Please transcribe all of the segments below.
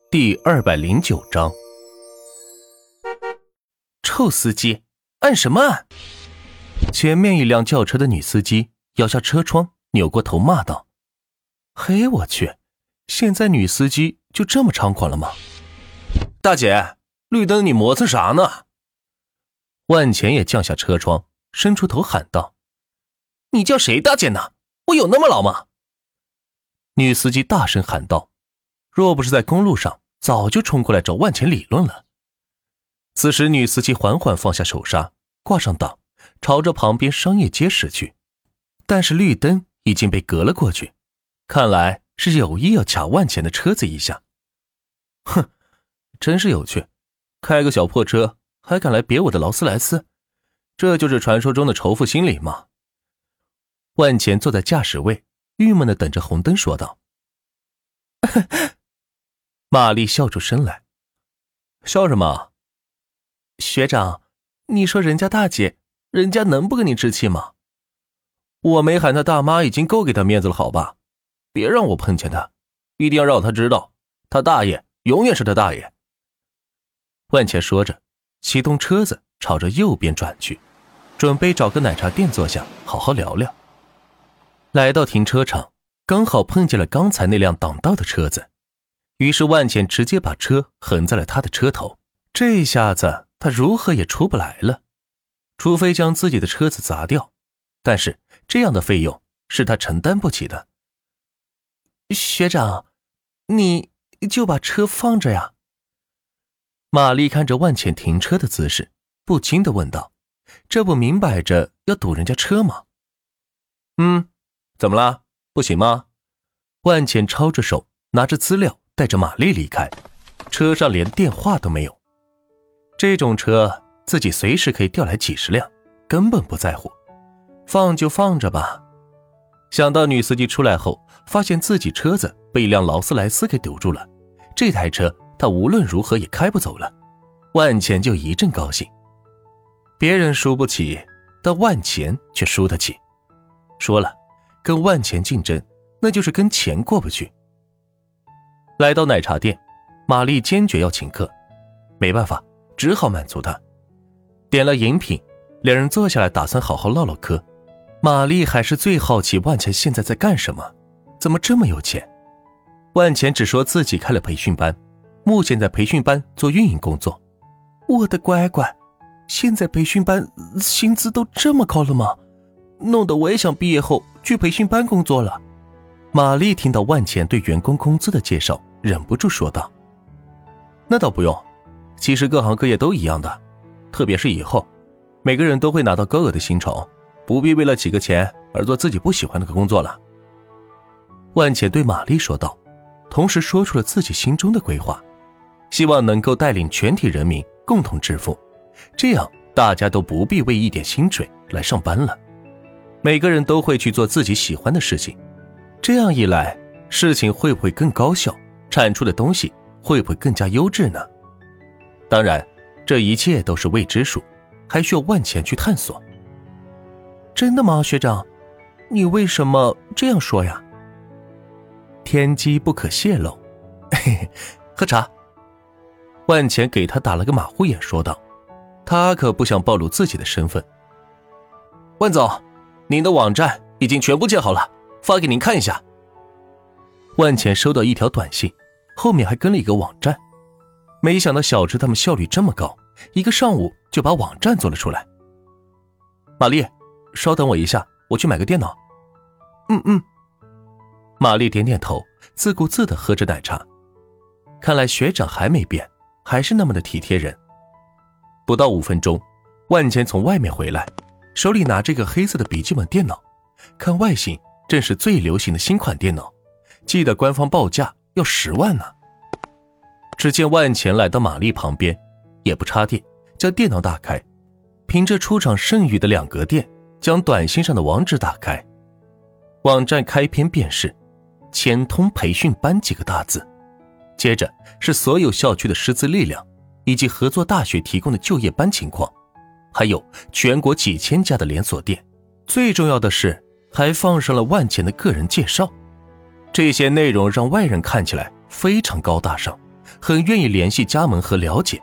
第209章。臭司机，按什么按？前面一辆轿车的女司机摇下车窗，扭过头骂道：嘿，我去，现在女司机就这么猖狂了吗？大姐，绿灯你磨蹭啥呢？万钱也降下车窗，伸出头喊道：你叫谁大姐呢？我有那么老吗？女司机大声喊道，若不是在公路上，早就冲过来找万钱理论了。此时女司机缓缓放下手刹，挂上档，朝着旁边商业街驶去，但是绿灯已经被隔了过去，看来是有意要卡万钱的车子一下。哼，真是有趣，开个小破车还敢来别我的劳斯莱斯，这就是传说中的仇富心理吗？万钱坐在驾驶位，郁闷地等着红灯说道。玛丽笑出声来，笑什么？学长，你说人家大姐，人家能不跟你置气吗？我没喊她大妈已经够给她面子了，好吧？别让我碰见她，一定要让她知道，她大爷永远是她大爷。万钱说着，启动车子朝着右边转去，准备找个奶茶店坐下好好聊聊。来到停车场，刚好碰见了刚才那辆挡道的车子，于是万钱直接把车横在了他的车头，这下子他如何也出不来了，除非将自己的车子砸掉，但是这样的费用是他承担不起的。学长，你就把车放着呀？玛丽看着万钱停车的姿势，不禁地问道，这不明摆着要堵人家车吗？怎么了？不行吗？万钱抄着手，拿着资料带着玛丽离开，车上连电话都没有。这种车自己随时可以调来几十辆，根本不在乎，放就放着吧。想到女司机出来后发现自己车子被一辆劳斯莱斯给堵住了，这台车他无论如何也开不走了，万钱就一阵高兴。别人输不起，但万钱却输得起。说了，跟万钱竞争，那就是跟钱过不去。来到奶茶店，玛丽坚决要请客，没办法，只好满足他。点了饮品，两人坐下来打算好好唠唠嗑。玛丽还是最好奇万钱现在在干什么，怎么这么有钱。万钱只说自己开了培训班，目前在培训班做运营工作。我的乖乖，现在培训班薪资都这么高了吗？弄得我也想毕业后去培训班工作了。玛丽听到万钱对员工工资的介绍，忍不住说道。那倒不用，其实各行各业都一样的，特别是以后每个人都会拿到高额的薪酬，不必为了几个钱而做自己不喜欢的工作了。万钱对玛丽说道，同时说出了自己心中的规划，希望能够带领全体人民共同致富，这样大家都不必为一点薪水来上班了，每个人都会去做自己喜欢的事情，这样一来，事情会不会更高效，产出的东西会不会更加优质呢？当然，这一切都是未知数，还需要万钱去探索。真的吗，学长？你为什么这样说呀？天机不可泄露。嘿嘿，喝茶。万钱给他打了个马虎眼说道，他可不想暴露自己的身份。万总，您的网站已经全部建好了，发给您看一下。万钱收到一条短信，后面还跟了一个网站，没想到小智他们效率这么高，一个上午就把网站做了出来。玛丽，稍等我一下，我去买个电脑。玛丽点点头，自顾自地喝着奶茶。看来学长还没变，还是那么的体贴人。不到5分钟，万钱从外面回来，手里拿着一个黑色的笔记本电脑，看外形正是最流行的新款电脑，记得官方报价要10万呢。只见万钱来到玛丽旁边，也不插电，将电脑打开，凭着出厂剩余的2格电，将短信上的网址打开。网站开篇便是钱通培训班几个大字，接着是所有校区的师资力量，以及合作大学提供的就业班情况，还有全国几千家的连锁店，最重要的是还放上了万钱的个人介绍。这些内容让外人看起来非常高大上， 很愿意联系加盟和了解。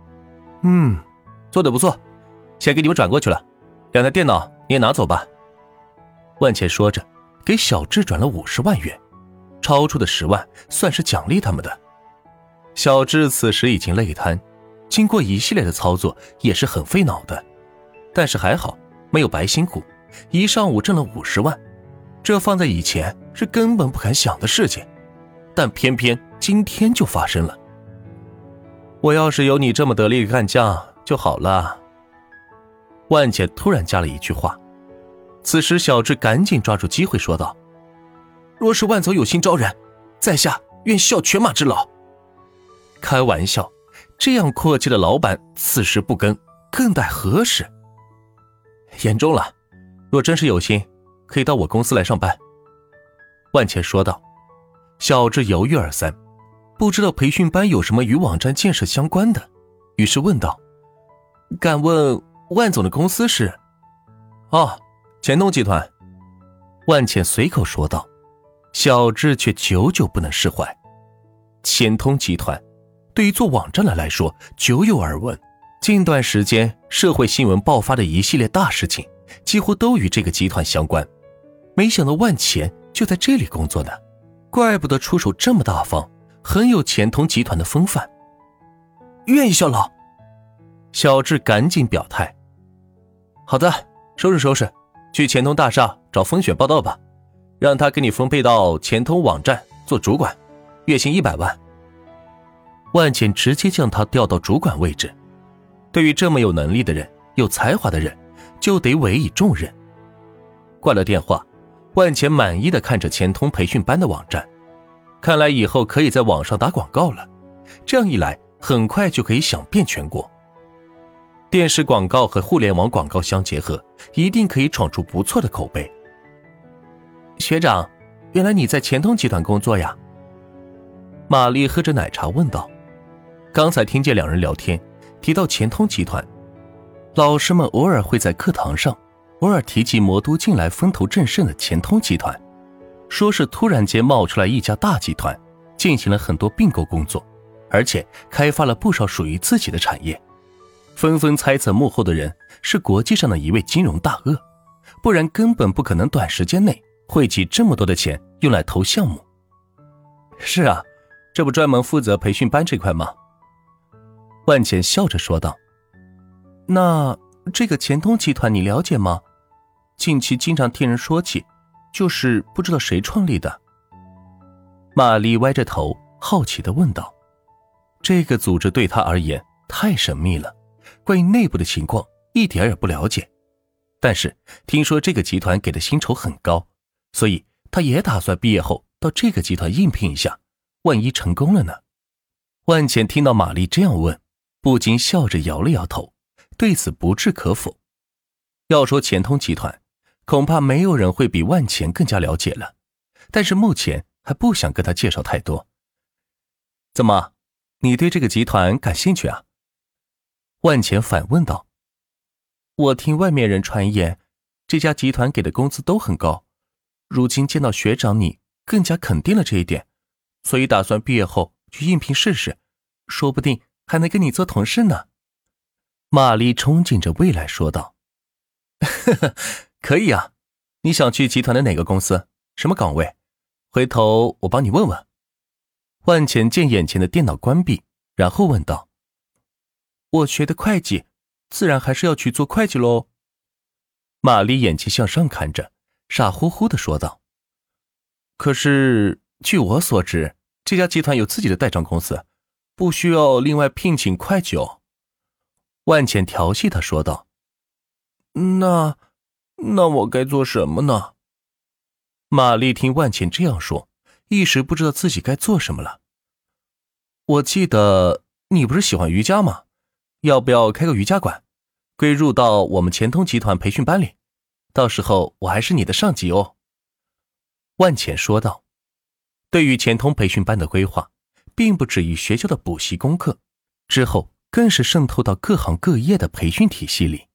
做得不错，先给你们转过去了，2台电脑你也拿走吧。万茜说着给小智转了50万元，超出的10万算是奖励他们的。小智此时已经累瘫，经过一系列的操作也是很费脑的，但是还好没有白辛苦，一上午挣了50万，这放在以前是根本不敢想的事情，但偏偏今天就发生了。我要是有你这么得力的干将就好了。万茜突然加了一句话，此时小智赶紧抓住机会说道：若是万总有心招人，在下愿效犬马之劳。开玩笑，这样阔气的老板此时不跟，更待何时？言重了，若真是有心，可以到我公司来上班。万茜说道。小智犹豫二三，不知道培训班有什么与网站建设相关的，于是问道：敢问万总的公司是？钱通集团。万茜随口说道。小智却久久不能释怀。钱通集团对于做网站的来说久有耳闻，近段时间社会新闻爆发的一系列大事情几乎都与这个集团相关，没想到万茜就在这里工作呢，怪不得出手这么大方，很有钱通集团的风范。愿意效劳。小智赶紧表态。好的，收拾收拾，去钱通大厦找风雪报道吧，让他给你分配到钱通网站做主管，月薪100万。万茜直接将他调到主管位置，对于这么有能力的人，有才华的人，就得委以重任。挂了电话，万茜满意地看着钱通培训班的网站，看来以后可以在网上打广告了，这样一来很快就可以响遍全国。电视广告和互联网广告相结合，一定可以闯出不错的口碑。学长，原来你在钱通集团工作呀？玛丽喝着奶茶问道。刚才听见2人聊天，提到钱通集团，老师们偶尔会在课堂上偶尔提及魔都近来风头正盛的钱通集团，说是突然间冒出来一家大集团，进行了很多并购工作，而且开发了不少属于自己的产业，纷纷猜测幕后的人是国际上的一位金融大鳄，不然根本不可能短时间内汇集这么多的钱用来投项目。是啊，这不专门负责培训班这块吗？万茜笑着说道。那这个钱通集团你了解吗？近期经常听人说起，就是不知道谁创立的。玛丽歪着头好奇地问道。这个组织对她而言太神秘了，关于内部的情况一点也不了解，但是听说这个集团给的薪酬很高，所以她也打算毕业后到这个集团应聘一下，万一成功了呢？万茜听到玛丽这样问，不禁笑着摇了摇头，对此不置可否。要说钱通集团，恐怕没有人会比万茜更加了解了，但是目前还不想跟他介绍太多。怎么，你对这个集团感兴趣啊？万茜反问道。我听外面人传言，这家集团给的工资都很高，如今见到学长你，更加肯定了这一点，所以打算毕业后去应聘试试，说不定还能跟你做同事呢。玛丽憧憬着未来说道。呵呵，可以啊，你想去集团的哪个公司？什么岗位？回头我帮你问问。万茜见眼前的电脑关闭，然后问道。我学的会计，自然还是要去做会计咯。玛丽眼睛向上看着，傻乎乎地说道。可是据我所知，这家集团有自己的代账公司，不需要另外聘请会计哦。万茜调戏他说道。那我该做什么呢？玛丽听万茜这样说，一时不知道自己该做什么了。我记得你不是喜欢瑜伽吗？要不要开个瑜伽馆，归入到我们钱通集团培训班里，到时候我还是你的上级哦。万茜说道。对于钱通培训班的规划，并不止于学校的补习功课，之后更是渗透到各行各业的培训体系里。